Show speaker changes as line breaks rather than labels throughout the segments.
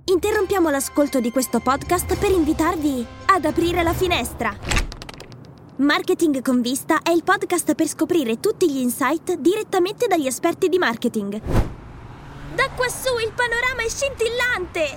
Interrompiamo l'ascolto di questo podcast per invitarvi ad aprire la finestra. Marketing con Vista è il podcast per scoprire tutti gli insight direttamente dagli esperti di marketing. Da quassù il panorama è scintillante!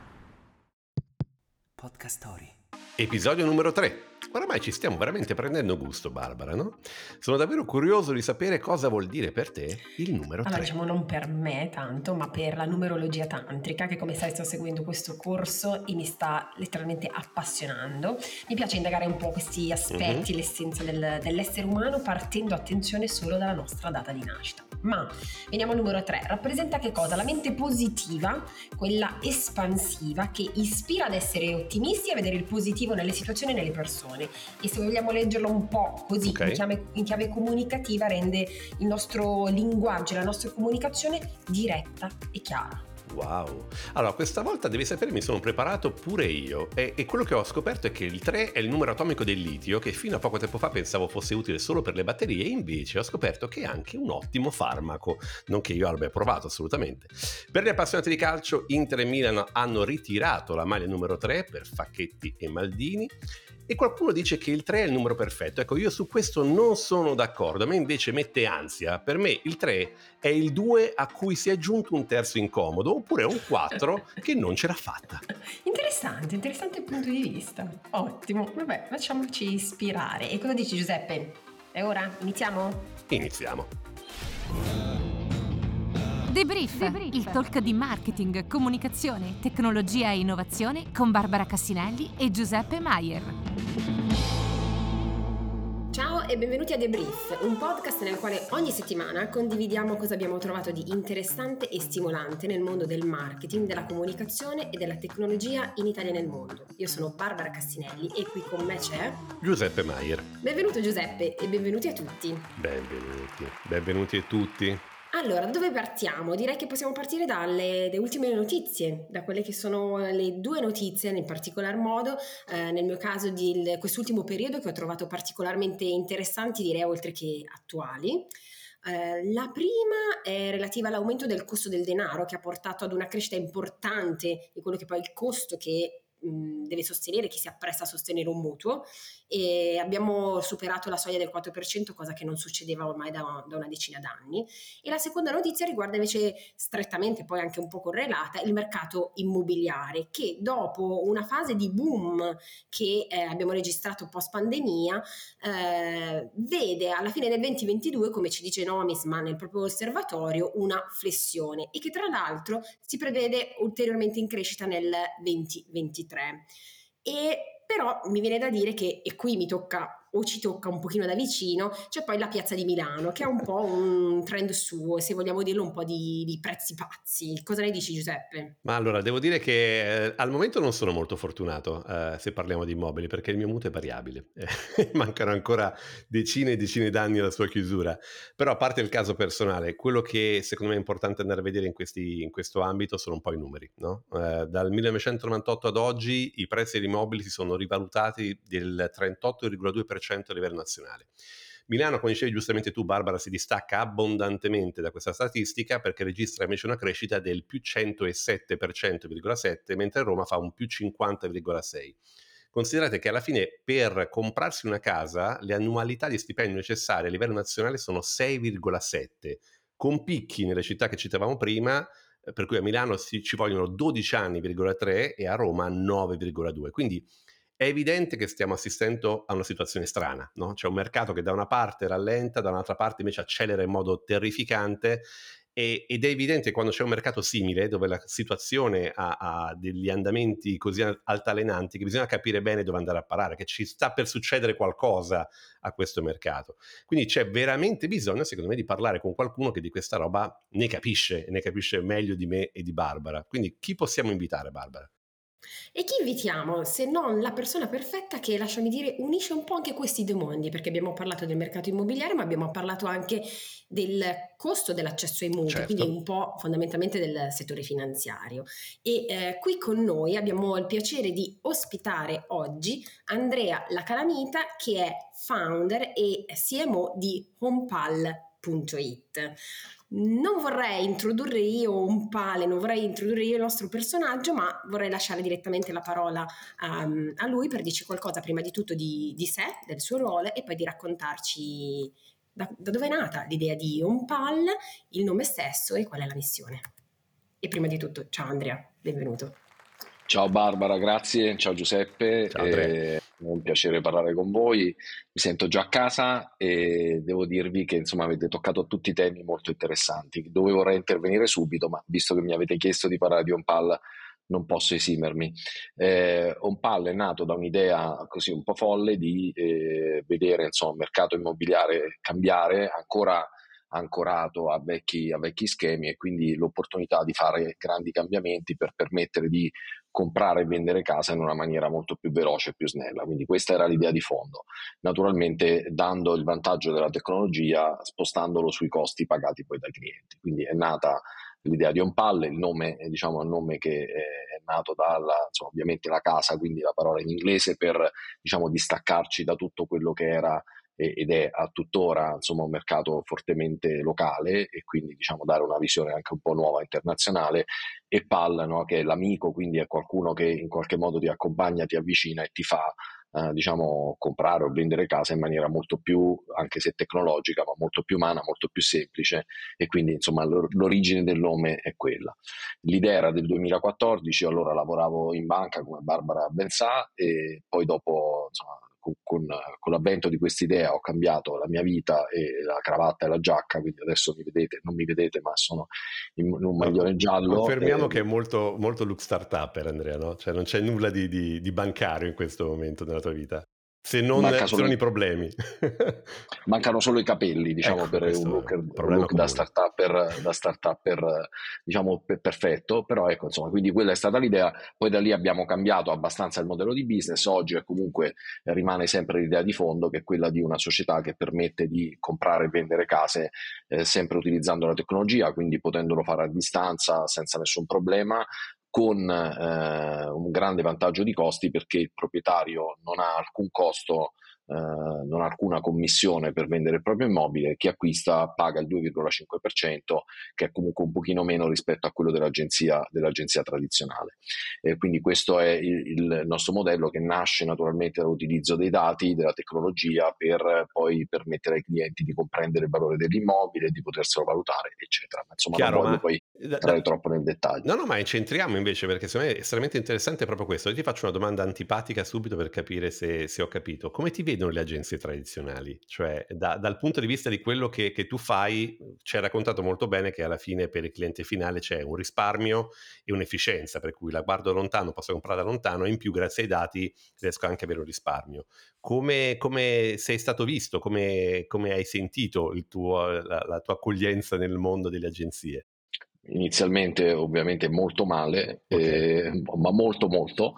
Podcast Story. Episodio numero 3. Oramai ci stiamo veramente prendendo gusto, Barbara, no? Sono davvero curioso di sapere cosa vuol dire per te il numero 3.
Allora, diciamo non per me tanto, ma per la numerologia tantrica, che come sai sto seguendo questo corso e mi sta letteralmente appassionando. Mi piace indagare un po' questi aspetti, l'essenza dell'essere umano, partendo, attenzione, solo dalla nostra data di nascita. Ma veniamo al numero 3. Rappresenta che cosa? La mente positiva, quella espansiva, che ispira ad essere ottimisti e a vedere il positivo nelle situazioni e nelle persone. E se vogliamo leggerlo un po' così,
Okay.
in chiave comunicativa, rende il nostro linguaggio, la nostra comunicazione diretta e chiara.
Wow. Allora, questa volta devi sapere, mi sono preparato pure io e quello che ho scoperto è che il 3 è il numero atomico del litio, che fino a poco tempo fa pensavo fosse utile solo per le batterie, e invece ho scoperto che è anche un ottimo farmaco, non che io abbia provato assolutamente. Per gli appassionati di calcio, Inter e Milan hanno ritirato la maglia numero 3 per Facchetti e Maldini. E qualcuno dice che il 3 è il numero perfetto. Ecco, io su questo non sono d'accordo, a me invece mette ansia. Per me il 3 è il 2 a cui si è aggiunto un terzo incomodo, oppure un 4 che non ce l'ha fatta.
Interessante punto di vista. Ottimo, vabbè, facciamoci ispirare. E cosa dici, Giuseppe? È ora? Iniziamo?
Iniziamo.
Debrief, il talk di marketing, comunicazione, tecnologia e innovazione con Barbara Cassinelli e Giuseppe Maier.
Ciao e benvenuti a Debrief, un podcast nel quale ogni settimana condividiamo cosa abbiamo trovato di interessante e stimolante nel mondo del marketing, della comunicazione e della tecnologia in Italia e nel mondo. Io sono Barbara Cassinelli e qui con me c'è
Giuseppe Maier.
Benvenuto Giuseppe e benvenuti a tutti.
Benvenuti a tutti.
Allora, da dove partiamo? Direi che possiamo partire dalle ultime notizie, da quelle che sono le due notizie in particolar modo, nel mio caso di quest'ultimo periodo, che ho trovato particolarmente interessanti, direi oltre che attuali. La prima è relativa all'aumento del costo del denaro, che ha portato ad una crescita importante di quello che poi è il costo che deve sostenere, chi si appresta a sostenere un mutuo, e abbiamo superato la soglia del 4%, cosa che non succedeva ormai da una decina d'anni. E la seconda notizia riguarda invece strettamente, poi anche un po' correlata, il mercato immobiliare, che dopo una fase di boom che abbiamo registrato post pandemia, vede alla fine del 2022, come ci dice Nomisma nel proprio osservatorio, una flessione, e che tra l'altro si prevede ulteriormente in crescita nel 2023. E però mi viene da dire che, e qui mi tocca o ci tocca un pochino da vicino, c'è poi la piazza di Milano, che ha un po' un trend suo, se vogliamo dirlo, un po' di prezzi pazzi. Cosa ne dici, Giuseppe?
Ma allora, devo dire che al momento non sono molto fortunato se parliamo di immobili, perché il mio mutuo è variabile. Mancano ancora decine e decine d'anni alla sua chiusura. Però, a parte il caso personale, quello che secondo me è importante andare a vedere in questo ambito sono un po' i numeri, no? Dal 1998 ad oggi i prezzi degli immobili si sono rivalutati del 38,2% a livello nazionale. Milano, come dicevi giustamente tu, Barbara, si distacca abbondantemente da questa statistica perché registra invece una crescita del più 107,7%, mentre Roma fa un più 50,6%. Considerate che alla fine per comprarsi una casa le annualità di stipendio necessarie a livello nazionale sono 6,7, con picchi nelle città che citavamo prima, per cui a Milano ci vogliono 12 anni,3 e a Roma 9,2. Quindi è evidente che stiamo assistendo a una situazione strana, no? C'è un mercato che da una parte rallenta, da un'altra parte invece accelera in modo terrificante, ed è evidente quando c'è un mercato simile, dove la situazione ha degli andamenti così altalenanti, che bisogna capire bene dove andare a parare, che ci sta per succedere qualcosa a questo mercato. Quindi c'è veramente bisogno, secondo me, di parlare con qualcuno che di questa roba ne capisce, e ne capisce meglio di me e di Barbara. Quindi chi possiamo invitare, Barbara?
E chi invitiamo se non la persona perfetta che, lasciami dire, unisce un po' anche questi due mondi, perché abbiamo parlato del mercato immobiliare, ma abbiamo parlato anche del costo dell'accesso ai mutui,
Certo.
quindi un po' fondamentalmente del settore finanziario. E qui con noi abbiamo il piacere di ospitare oggi Andrea La Calamita, che è founder e CMO di Homepal.it. non vorrei introdurre io un Pale, non vorrei introdurre io il nostro personaggio, ma vorrei lasciare direttamente la parola a lui per dirci qualcosa prima di tutto di sé, del suo ruolo, e poi di raccontarci da dove è nata l'idea di OnPal, il nome stesso e qual è la missione. E prima di tutto, ciao Andrea, benvenuto.
Ciao Barbara, grazie, ciao Giuseppe,
Ciao Andrea.
è un piacere parlare con voi, mi sento già a casa e devo dirvi che insomma avete toccato tutti i temi molto interessanti, dove vorrei intervenire subito, ma visto che mi avete chiesto di parlare di OnPal non posso esimermi. OnPal è nato da un'idea così un po' folle di vedere insomma il mercato immobiliare cambiare, ancora ancorato a vecchi schemi, e quindi l'opportunità di fare grandi cambiamenti per permettere di comprare e vendere casa in una maniera molto più veloce e più snella. Quindi questa era l'idea di fondo, naturalmente dando il vantaggio della tecnologia, spostandolo sui costi pagati poi dai clienti. Quindi è nata l'idea di OnPal, il nome diciamo è un nome che è nato dalla insomma, ovviamente la casa, quindi la parola in inglese, per diciamo distaccarci da tutto quello che era ed è a tuttora insomma un mercato fortemente locale, e quindi diciamo dare una visione anche un po' nuova internazionale, e PAL, no, che è l'amico, quindi è qualcuno che in qualche modo ti accompagna, ti avvicina e ti fa diciamo comprare o vendere casa in maniera molto più, anche se tecnologica, ma molto più umana, molto più semplice, e quindi insomma l'origine del nome è quella. L'idea era del 2014, allora lavoravo in banca come Barbara ben sa, e poi dopo insomma con l'avvento di questa idea ho cambiato la mia vita e la cravatta e la giacca, quindi adesso mi vedete, non mi vedete, ma sono in un maglione giallo.
Confermiamo che è molto, molto look startupper, Andrea, no? Cioè non c'è nulla di bancario in questo momento nella tua vita, se non i problemi.
Mancano solo i capelli, diciamo,
Ecco,
per un look da startupper diciamo perfetto, però ecco, insomma, quindi quella è stata l'idea. Poi da lì abbiamo cambiato abbastanza il modello di business. Oggi comunque rimane sempre l'idea di fondo, che è quella di una società che permette di comprare e vendere case sempre utilizzando la tecnologia, quindi potendolo fare a distanza senza nessun problema, con un grande vantaggio di costi, perché il proprietario non ha alcun costo, non ha alcuna commissione per vendere il proprio immobile. Chi acquista paga il 2,5%, che è comunque un pochino meno rispetto a quello dell'agenzia tradizionale. Quindi questo è il nostro modello, che nasce naturalmente dall'utilizzo dei dati, della tecnologia, per poi permettere ai clienti di comprendere il valore dell'immobile, di poterselo valutare, eccetera. Ma insomma,
Chiaro,
non voglio poi entrare troppo nel dettaglio.
No, ma centriamo invece, perché secondo me è estremamente interessante proprio questo. Io ti faccio una domanda antipatica subito per capire se ho capito. Come ti vedono le agenzie tradizionali? Cioè, dal punto di vista di quello che tu fai, ci hai raccontato molto bene che alla fine per il cliente finale c'è un risparmio e un'efficienza, per cui la guardo da lontano, posso comprare da lontano, e in più grazie ai dati riesco anche a avere un risparmio. Come sei stato visto? Come hai sentito la tua accoglienza nel mondo delle agenzie?
Inizialmente ovviamente molto male,
Okay.
ma molto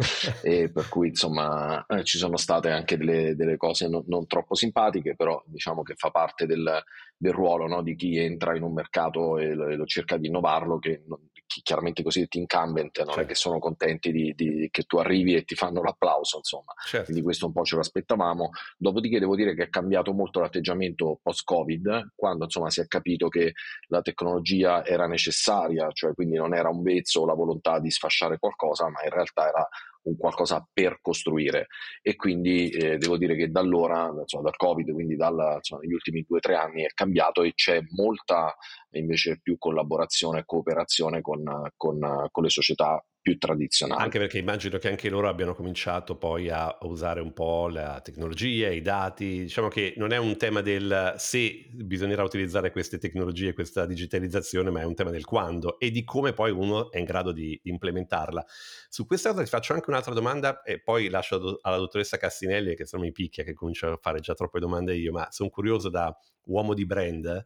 e per cui insomma ci sono state anche delle cose non troppo simpatiche, però diciamo che fa parte del ruolo, no, di chi entra in un mercato e lo cerca di innovarlo, che chiaramente i cosiddetti incumbent non è che sono contenti che tu arrivi e ti fanno l'applauso, insomma.
Certo.
Quindi questo un po' ce lo aspettavamo. Dopodiché devo dire che è cambiato molto l'atteggiamento post-Covid, quando insomma si è capito che la tecnologia era necessaria, cioè quindi non era un vezzo o la volontà di sfasciare qualcosa, ma in realtà era un qualcosa per costruire. E quindi devo dire che da allora, insomma, dal Covid, quindi negli ultimi 2 o 3 anni è cambiato, e c'è molta invece più collaborazione e cooperazione con le società più tradizionali.
Anche perché immagino che anche loro abbiano cominciato poi a usare un po' la tecnologia, i dati. Diciamo che non è un tema del se bisognerà utilizzare queste tecnologie, questa digitalizzazione, ma è un tema del quando e di come poi uno è in grado di implementarla. Su questa cosa ti faccio anche un'altra domanda e poi lascio alla dottoressa Cassinelli, che se no mi picchia, che comincio a fare già troppe domande io, ma sono curioso da uomo di brand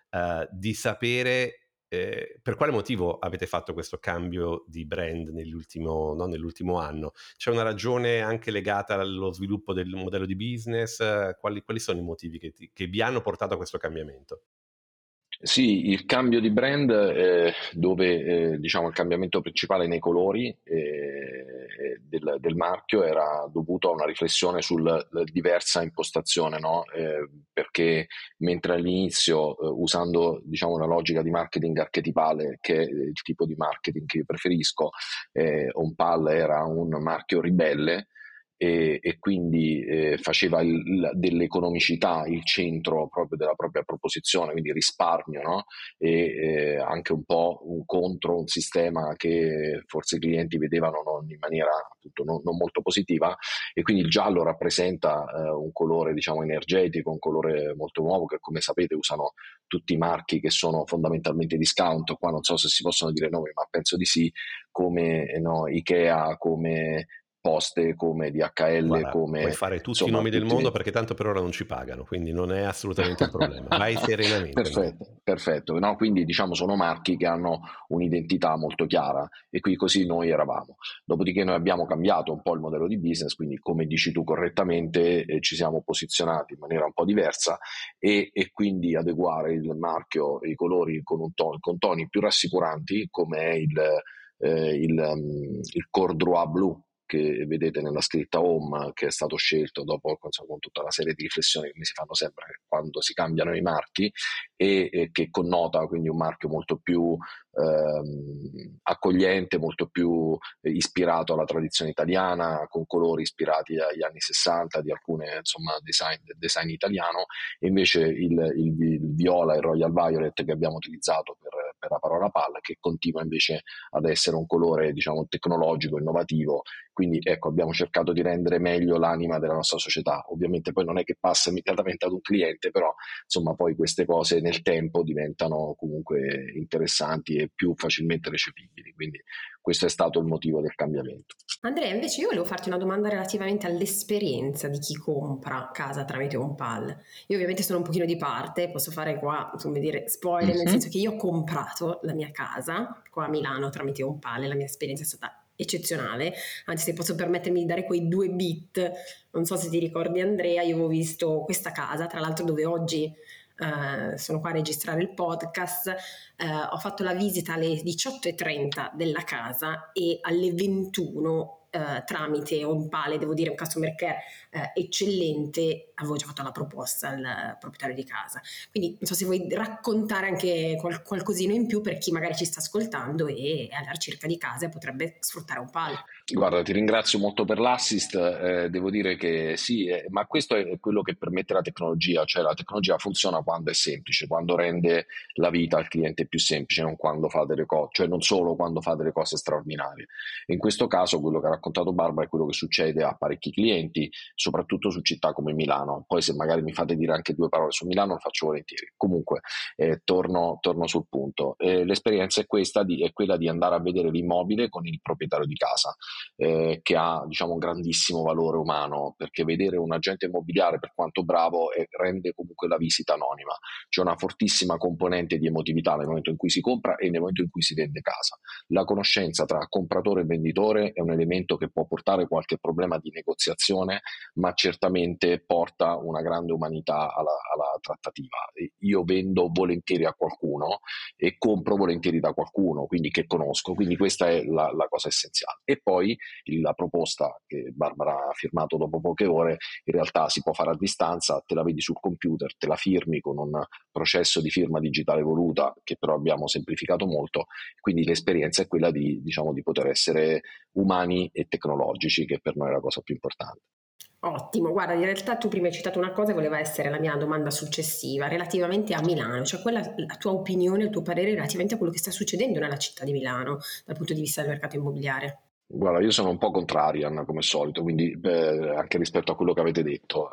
di sapere per quale motivo avete fatto questo cambio di brand nell'ultimo anno? C'è una ragione anche legata allo sviluppo del modello di business? Quali sono i motivi che vi hanno portato a questo cambiamento?
Sì, il cambio di brand, dove diciamo il cambiamento principale nei colori, del marchio era dovuto a una riflessione sulla diversa impostazione, no? Perché mentre all'inizio, usando diciamo una logica di marketing archetipale, che è il tipo di marketing che io preferisco, OnPal era un marchio ribelle, e quindi faceva dell'economicità il centro proprio della propria proposizione, quindi risparmio, no? E anche un po' contro un sistema che forse i clienti vedevano in maniera appunto non molto positiva, e quindi il giallo rappresenta un colore diciamo energetico, un colore molto nuovo che, come sapete, usano tutti i marchi che sono fondamentalmente discount. Qua non so se si possono dire nomi, ma penso di sì, come no, Ikea, come Poste, come DHL,
Guarda, puoi
come
fare tutti i
insomma
nomi del
tutti.
mondo perché tanto per ora non ci pagano, quindi non è assolutamente un problema. Vai serenamente, Mario.
Perfetto, perfetto. No, quindi diciamo sono marchi che hanno un'identità molto chiara, e qui così noi eravamo. Dopodiché noi abbiamo cambiato un po' il modello di business, quindi come dici tu correttamente, ci siamo posizionati in maniera un po' diversa, e quindi adeguare il marchio e i colori con toni più rassicuranti, come è il Cordroit blu che vedete nella scritta Home, che è stato scelto dopo, insomma, con tutta una serie di riflessioni che mi si fanno sempre quando si cambiano i marchi, e che connota quindi un marchio molto più accogliente, molto più ispirato alla tradizione italiana, con colori ispirati agli anni 60 di alcune insomma design italiano. E invece il viola e il Royal Violet che abbiamo utilizzato per la parola PAL, che continua invece ad essere un colore diciamo tecnologico, innovativo. Quindi ecco, abbiamo cercato di rendere meglio l'anima della nostra società. Ovviamente poi non è che passa immediatamente ad un cliente, però insomma poi queste cose nel tempo diventano comunque interessanti e più facilmente recepibili. Quindi questo è stato il motivo del cambiamento.
Andrea, invece io volevo farti una domanda relativamente all'esperienza di chi compra casa tramite OnPal. Io ovviamente sono un pochino di parte, posso fare qua, come dire, spoiler, nel senso che io ho comprato la mia casa qua a Milano tramite OnPal e la mia esperienza è stata eccezionale. Anzi, se posso permettermi di dare quei 2 bit, non so se ti ricordi Andrea, io avevo visto questa casa, tra l'altro dove oggi sono qua a registrare il podcast. Ho fatto la visita alle 18:30 della casa e alle 21 tramite OnPal, devo dire un customer care eccellente, avevo già fatto la proposta al proprietario di casa. Quindi non so se vuoi raccontare anche qualcosina in più per chi magari ci sta ascoltando e è alla ricerca di casa e potrebbe sfruttare OnPal.
Guarda, ti ringrazio molto per l'assist, devo dire che sì, ma questo è quello che permette la tecnologia, cioè la tecnologia funziona quando è semplice, quando rende la vita al cliente più semplice, non quando fa delle cose, cioè non solo quando fa delle cose straordinarie. In questo caso quello che ha raccontato Barbara è quello che succede a parecchi clienti, soprattutto su città come Milano. Poi se magari mi fate dire anche 2 parole su Milano lo faccio volentieri. Comunque torno sul punto. L'esperienza è quella di andare a vedere l'immobile con il proprietario di casa. Che ha diciamo un grandissimo valore umano, perché vedere un agente immobiliare, per quanto bravo, rende comunque la visita anonima. C'è una fortissima componente di emotività nel momento in cui si compra e nel momento in cui si vende casa. La conoscenza tra compratore e venditore è un elemento che può portare qualche problema di negoziazione, ma certamente porta una grande umanità alla trattativa. Io vendo volentieri a qualcuno e compro volentieri da qualcuno, quindi che conosco, quindi questa è la cosa essenziale. E poi la proposta che Barbara ha firmato dopo poche ore in realtà si può fare a distanza, te la vedi sul computer, te la firmi con un processo di firma digitale voluta che però abbiamo semplificato molto, quindi l'esperienza è quella di poter essere umani e tecnologici, che per noi è la cosa più importante.
Ottimo, guarda, in realtà tu prima hai citato una cosa e voleva essere la mia domanda successiva relativamente a Milano, cioè la tua opinione, il tuo parere relativamente a quello che sta succedendo nella città di Milano dal punto di vista del mercato immobiliare.
Guarda, io sono un po' contrarian come solito, quindi anche rispetto a quello che avete detto.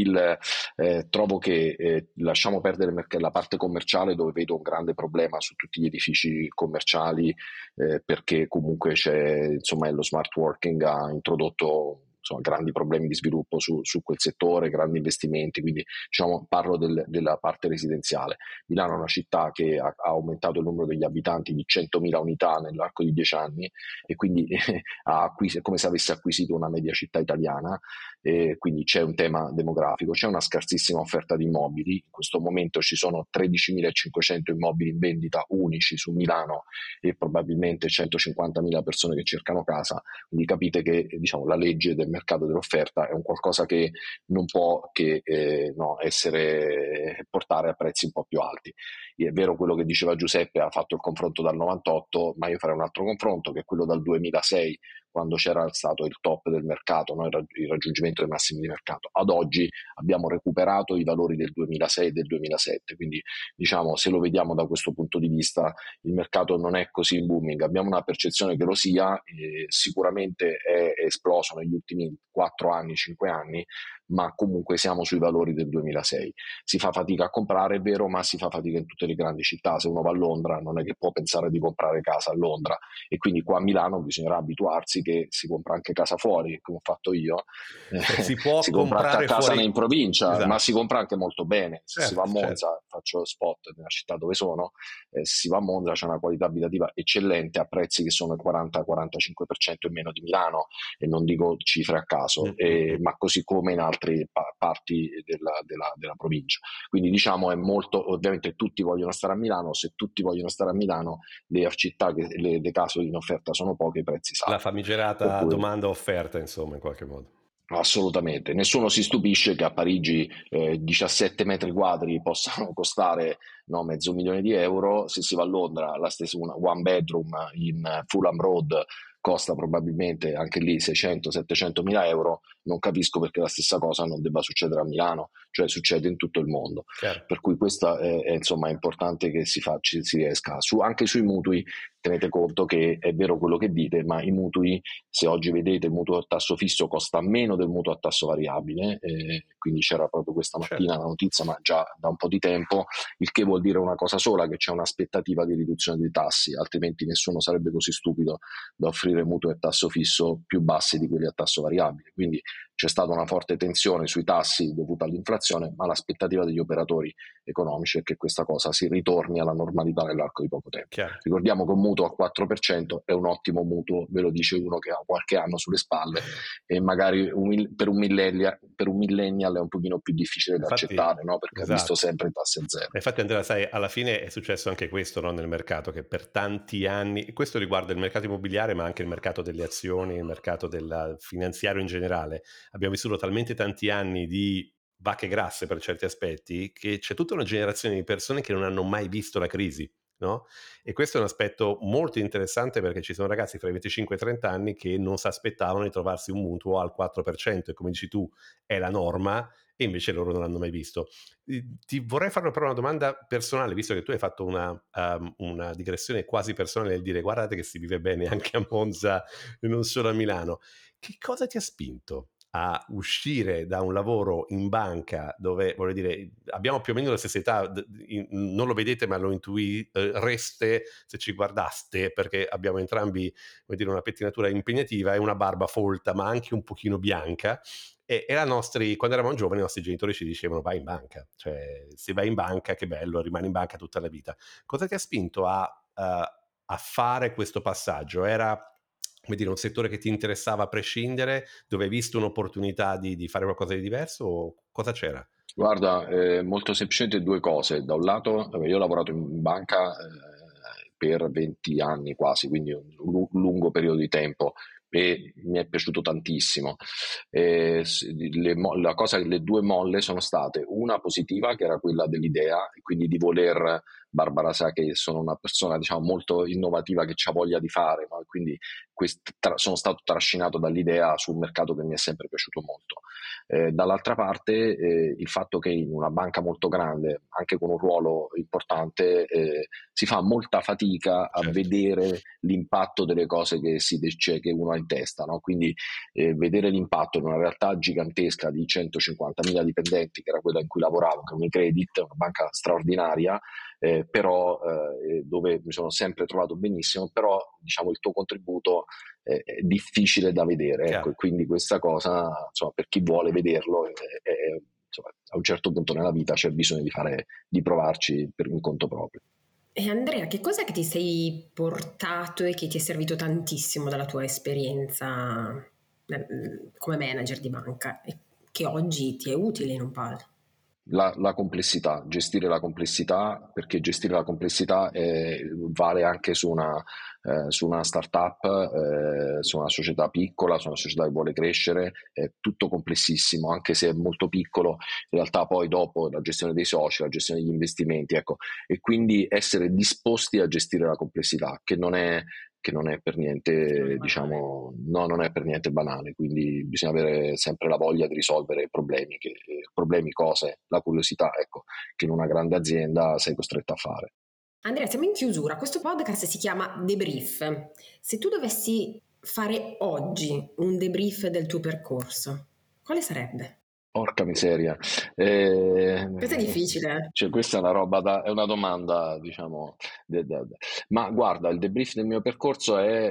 Trovo che lasciamo perdere la parte commerciale, dove vedo un grande problema su tutti gli edifici commerciali, perché comunque c'è, insomma, lo smart working ha introdotto insomma, grandi problemi di sviluppo su quel settore, grandi investimenti, quindi diciamo parlo della parte residenziale. Milano è una città che ha aumentato il numero degli abitanti di 100.000 unità nell'arco di 10 anni e quindi è come se avesse acquisito una media città italiana, quindi c'è un tema demografico, c'è una scarsissima offerta di immobili. In questo momento ci sono 13.500 immobili in vendita unici su Milano e probabilmente 150.000 persone che cercano casa, quindi capite che diciamo, la legge del mercato dell'offerta è un qualcosa che non può che portare a prezzi un po' più alti. È vero quello che diceva Giuseppe, ha fatto il confronto dal 98, ma io farei un altro confronto che è quello dal 2006, quando c'era stato il top del mercato, no? Il raggiungimento dei massimi di mercato. Ad oggi abbiamo recuperato i valori del 2006 e del 2007, quindi diciamo se lo vediamo da questo punto di vista il mercato non è così in booming, abbiamo una percezione che lo sia, sicuramente è esploso negli ultimi 4 anni, 5 anni, ma comunque siamo sui valori del 2006. Si fa fatica a comprare, è vero, ma si fa fatica in tutte le grandi città. Se uno va a Londra non è che può pensare di comprare casa a Londra, e quindi qua a Milano bisognerà abituarsi che si compra anche casa fuori, come ho fatto io.
Si può
si compra anche a casa
fuori
in provincia,
esatto.
Ma si compra anche molto bene. Se si va a Monza,
certo.
faccio spot nella città dove sono, se si va a Monza c'è una qualità abitativa eccellente a prezzi che sono il 40-45% in meno di Milano, e non dico cifre a caso, ma così come in altre parti della provincia. Quindi diciamo è molto, ovviamente tutti vogliono stare a Milano, se tutti vogliono stare a Milano le città che le case in offerta sono poche, i prezzi salgono.
La famigerata domanda offerta, insomma, in qualche modo.
Assolutamente, nessuno si stupisce che a Parigi 17 metri quadri possano costare €500.000. Se si va a Londra la stessa one bedroom in Fulham Road costa probabilmente anche lì 600-700 mila euro. Non capisco perché la stessa cosa non debba succedere a Milano, cioè succede in tutto il mondo.
Chiaro.
Per cui questo insomma, è importante che si riesca. Anche sui mutui tenete conto che è vero quello che dite, ma i mutui, se oggi vedete il mutuo a tasso fisso costa meno del mutuo a tasso variabile, quindi c'era proprio questa mattina la notizia, ma già da un po' di tempo, il che vuol dire una cosa sola, che c'è un'aspettativa di riduzione dei tassi, altrimenti nessuno sarebbe così stupido da offrire mutui a tasso fisso più bassi di quelli a tasso variabile. Quindi c'è stata una forte tensione sui tassi dovuta all'inflazione, ma l'aspettativa degli operatori economici è che questa cosa si ritorni alla normalità nell'arco di poco tempo.
Chiaro.
Ricordiamo che un mutuo a 4% è un ottimo mutuo, ve lo dice uno che ha qualche anno sulle spalle, e magari per un millennial è un pochino più difficile da accettare, no? Perché
esatto.
ha visto sempre i tassi a zero.
Infatti Andrea, sai, alla fine è successo anche questo, no, nel mercato, che per tanti anni, questo riguarda il mercato immobiliare ma anche il mercato delle azioni, il mercato del finanziario in generale, abbiamo vissuto talmente tanti anni di vacche grasse per certi aspetti che c'è tutta una generazione di persone che non hanno mai visto la crisi, no? E questo è un aspetto molto interessante, perché ci sono ragazzi fra i 25 e i 30 anni che non si aspettavano di trovarsi un mutuo al 4%, e come dici tu è la norma, e invece loro non l'hanno mai visto. Ti vorrei fare però una domanda personale, visto che tu hai fatto una digressione quasi personale nel dire guardate che si vive bene anche a Monza e non solo a Milano. Che cosa ti ha spinto a uscire da un lavoro in banca dove, voglio dire, abbiamo più o meno la stessa età, non lo vedete ma lo intuireste se ci guardaste, perché abbiamo entrambi, voglio dire, una pettinatura impegnativa e una barba folta ma anche un pochino bianca, e quando eravamo giovani i nostri genitori ci dicevano vai in banca, cioè se vai in banca che bello, rimani in banca tutta la vita. Cosa ti ha spinto a fare questo passaggio? Era, come dire, un settore che ti interessava a prescindere, dove hai visto un'opportunità di fare qualcosa di diverso, o cosa c'era?
Guarda, molto semplicemente due cose. Da un lato, io ho lavorato in banca per 20 anni quasi, quindi un lungo periodo di tempo, e mi è piaciuto tantissimo. Le due molle sono state una positiva, che era quella dell'idea, quindi di voler, Barbara sa che sono una persona diciamo molto innovativa, che ha voglia di fare, no? Quindi sono stato trascinato dall'idea su un mercato che mi è sempre piaciuto molto. Dall'altra parte il fatto che in una banca molto grande, anche con un ruolo importante, si fa molta fatica a vedere l'impatto delle cose che uno ha in testa, no? Quindi vedere l'impatto in una realtà gigantesca di 150.000 dipendenti, che era quella in cui lavoravo, che è Unicredit, una banca straordinaria, però dove mi sono sempre trovato benissimo, però diciamo il tuo contributo è difficile da vedere, ecco, e quindi questa cosa, insomma, per chi vuole vederlo, insomma, a un certo punto nella vita c'è bisogno di provarci per un conto proprio.
E Andrea, che cos'è che ti sei portato e che ti è servito tantissimo dalla tua esperienza come manager di banca e che oggi ti è utile in OnPal?
La complessità, gestire la complessità, perché gestire la complessità vale anche su una startup, su una società piccola, su una società che vuole crescere, è tutto complessissimo, anche se è molto piccolo, in realtà poi dopo la gestione dei soci, la gestione degli investimenti, ecco, e quindi essere disposti a gestire la complessità, che non è per niente, diciamo, no, non è per niente banale, quindi bisogna avere sempre la voglia di risolvere problemi, cose, la curiosità, ecco, che in una grande azienda sei costretto a fare.
Andrea, siamo in chiusura, questo podcast si chiama Debrief. Se tu dovessi fare oggi un debrief del tuo percorso, quale sarebbe?
Porca miseria.
Questo è difficile.
Cioè, questa è una roba è una domanda, diciamo, ma guarda, il debrief del mio percorso è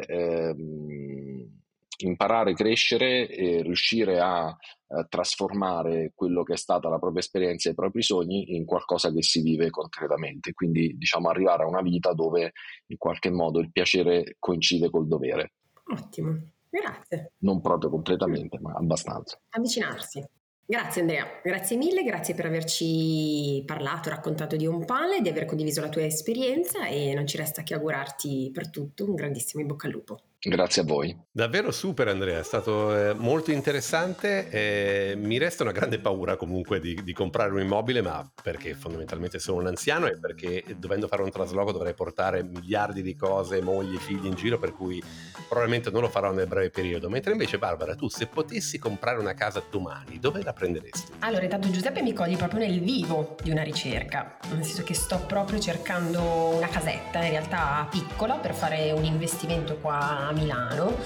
imparare, crescere e riuscire a trasformare quello che è stata la propria esperienza e i propri sogni in qualcosa che si vive concretamente. Quindi, diciamo, arrivare a una vita dove in qualche modo il piacere coincide col dovere.
Ottimo, grazie.
Non proprio completamente, ma abbastanza.
Avvicinarsi. Grazie Andrea, grazie mille, grazie per averci parlato, raccontato di OnPal e di aver condiviso la tua esperienza, e non ci resta che augurarti per tutto un grandissimo in bocca al lupo.
Grazie a voi.
Davvero super Andrea, è stato molto interessante. Mi resta una grande paura comunque di comprare un immobile, ma perché fondamentalmente sono un anziano e perché dovendo fare un trasloco dovrei portare miliardi di cose, mogli, figli in giro, per cui probabilmente non lo farò nel breve periodo. Mentre invece Barbara, tu se potessi comprare una casa domani, dove la prenderesti?
Allora, intanto Giuseppe mi cogli proprio nel vivo di una ricerca, nel senso che sto proprio cercando una casetta, in realtà piccola, per fare un investimento qua a Milano,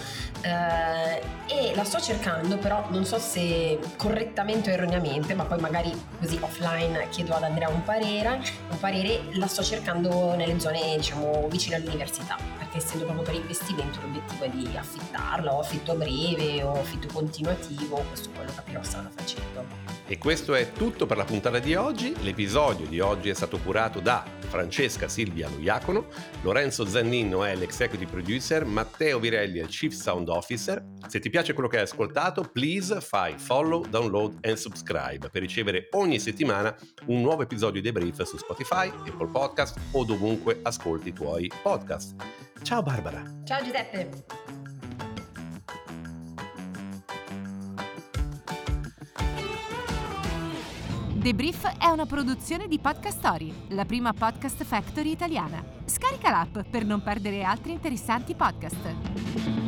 e la sto cercando, però non so se correttamente o erroneamente, ma poi magari così offline chiedo ad Andrea un parere, la sto cercando nelle zone, diciamo, vicine all'università, perché essendo proprio per investimento l'obiettivo è di affittarla, o affitto a breve o affitto continuativo, questo poi lo capirò strada facendo.
E questo è tutto per la puntata di oggi. L'episodio di oggi è stato curato da Francesca Silvia Loiacono, Lorenzo Zannino è l'executive producer, Matteo Virelli è il chief sound officer. Se ti piace quello che hai ascoltato, please fai follow, download and subscribe per ricevere ogni settimana un nuovo episodio di Debrief su Spotify, Apple Podcast o dovunque ascolti i tuoi podcast. Ciao Barbara.
Ciao Giuseppe.
Debrief è una produzione di Podcast Story, la prima podcast factory italiana. Scarica l'app per non perdere altri interessanti podcast.